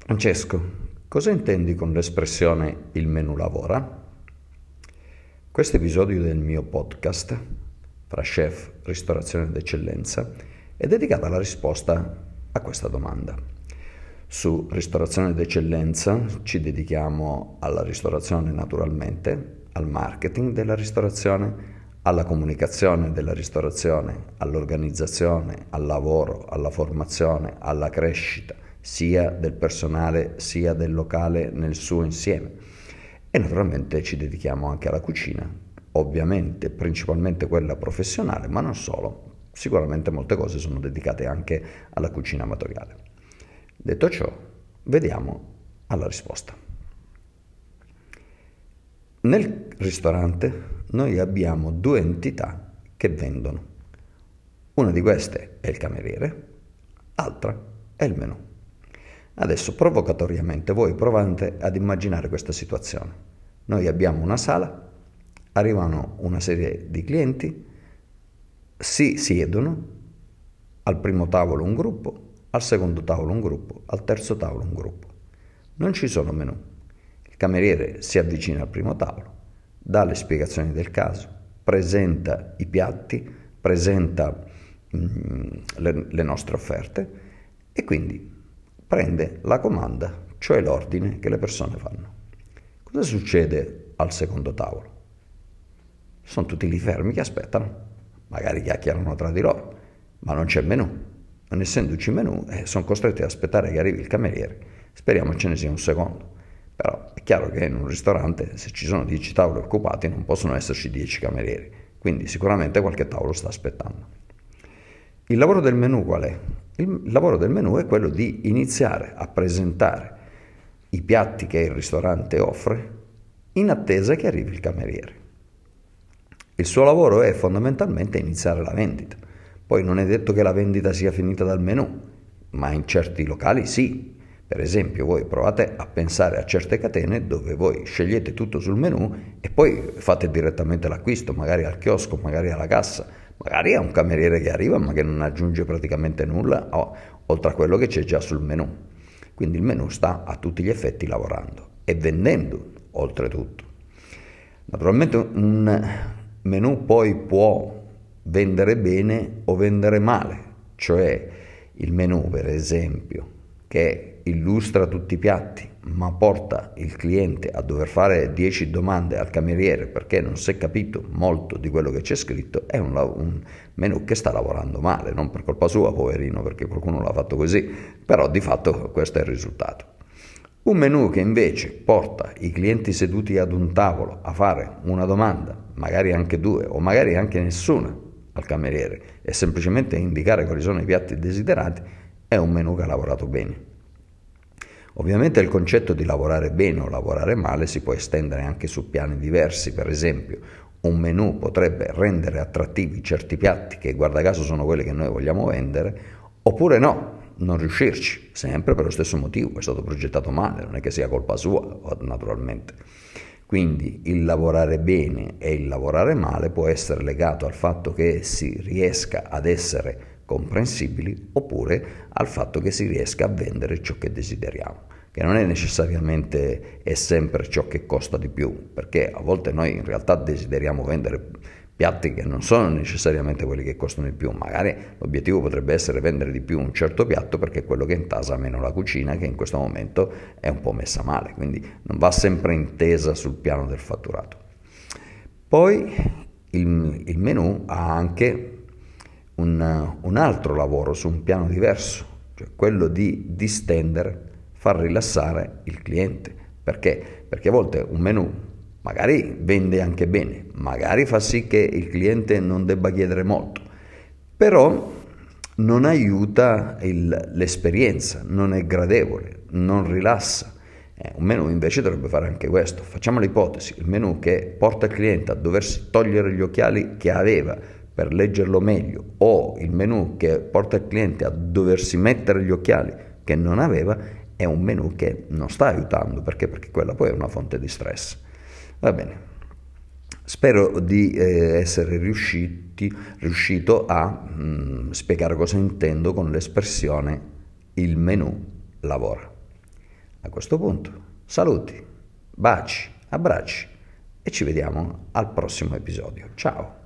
Francesco, cosa intendi con l'espressione il menù lavora? Questo episodio del mio podcast, fra chef, ristorazione d'eccellenza, è dedicato alla risposta a questa domanda. Su ristorazione d'eccellenza ci dedichiamo alla ristorazione naturalmente, al marketing della ristorazione, alla comunicazione della ristorazione, all'organizzazione, al lavoro, alla formazione, alla crescita, sia del personale sia del locale nel suo insieme. E naturalmente ci dedichiamo anche alla cucina, ovviamente principalmente quella professionale, ma non solo. Sicuramente molte cose sono dedicate anche alla cucina amatoriale. Detto ciò, vediamo alla risposta. Nel ristorante noi abbiamo due entità che vendono. Una di queste è il cameriere, l'altra è il menù. Adesso provocatoriamente voi provate ad immaginare questa situazione. Noi abbiamo una sala, arrivano una serie di clienti, si siedono, al primo tavolo un gruppo, al secondo tavolo un gruppo, al terzo tavolo un gruppo. Non ci sono menù. Il cameriere si avvicina al primo tavolo, dà le spiegazioni del caso, presenta i piatti, presenta le nostre offerte e quindi prende la comanda, cioè l'ordine che le persone fanno. Cosa succede al secondo tavolo? Sono tutti lì fermi che aspettano, magari chiacchierano tra di loro, ma non c'è menù. Non essendoci menù, sono costretti ad aspettare che arrivi il cameriere. Speriamo ce ne sia un secondo. Però è chiaro che in un ristorante, se ci sono 10 tavoli occupati, non possono esserci 10 camerieri. Quindi sicuramente qualche tavolo sta aspettando. Il lavoro del menù qual è? Il lavoro del menù è quello di iniziare a presentare i piatti che il ristorante offre in attesa che arrivi il cameriere. Il suo lavoro è fondamentalmente iniziare la vendita. Poi non è detto che la vendita sia finita dal menù, ma in certi locali sì. Per esempio, voi provate a pensare a certe catene dove voi scegliete tutto sul menù e poi fate direttamente l'acquisto, magari al chiosco, magari alla cassa, magari a un cameriere che arriva ma che non aggiunge praticamente nulla oltre a quello che c'è già sul menù. Quindi il menù sta a tutti gli effetti lavorando e vendendo oltretutto. Naturalmente un menù poi può vendere bene o vendere male, cioè il menù per esempio che illustra tutti i piatti ma porta il cliente a dover fare 10 domande al cameriere perché non si è capito molto di quello che c'è scritto, è un menù che sta lavorando male, non per colpa sua poverino perché qualcuno l'ha fatto così, però di fatto questo è il risultato. Un menù che invece porta i clienti seduti ad un tavolo a fare una domanda, magari anche due o magari anche nessuna al cameriere e semplicemente indicare quali sono i piatti desiderati, è un menù che ha lavorato bene. Ovviamente il concetto di lavorare bene o lavorare male si può estendere anche su piani diversi, per esempio un menù potrebbe rendere attrattivi certi piatti che guarda caso sono quelli che noi vogliamo vendere, oppure no, non riuscirci, sempre per lo stesso motivo, è stato progettato male, non è che sia colpa sua naturalmente. Quindi il lavorare bene e il lavorare male può essere legato al fatto che si riesca ad essere comprensibili oppure al fatto che si riesca a vendere ciò che desideriamo, che non è necessariamente e sempre ciò che costa di più, perché a volte noi in realtà desideriamo vendere piatti che non sono necessariamente quelli che costano di più, magari l'obiettivo potrebbe essere vendere di più un certo piatto perché è quello che intasa meno la cucina, che in questo momento è un po' messa male, quindi non va sempre intesa sul piano del fatturato. Poi il menù ha anche un altro lavoro su un piano diverso, cioè quello di distendere, far rilassare il cliente. Perché? Perché a volte un menù magari vende anche bene, magari fa sì che il cliente non debba chiedere molto, però non aiuta l'esperienza, non è gradevole, non rilassa. Un menù invece dovrebbe fare anche questo. Facciamo l'ipotesi, il menù che porta il cliente a doversi togliere gli occhiali che aveva per leggerlo meglio o il menù che porta il cliente a doversi mettere gli occhiali che non aveva è un menù che non sta aiutando, perché quella poi è una fonte di stress. Va bene, spero di essere riuscito a spiegare cosa intendo con l'espressione il menù lavora. A questo punto, saluti, baci, abbracci e ci vediamo al prossimo episodio. Ciao!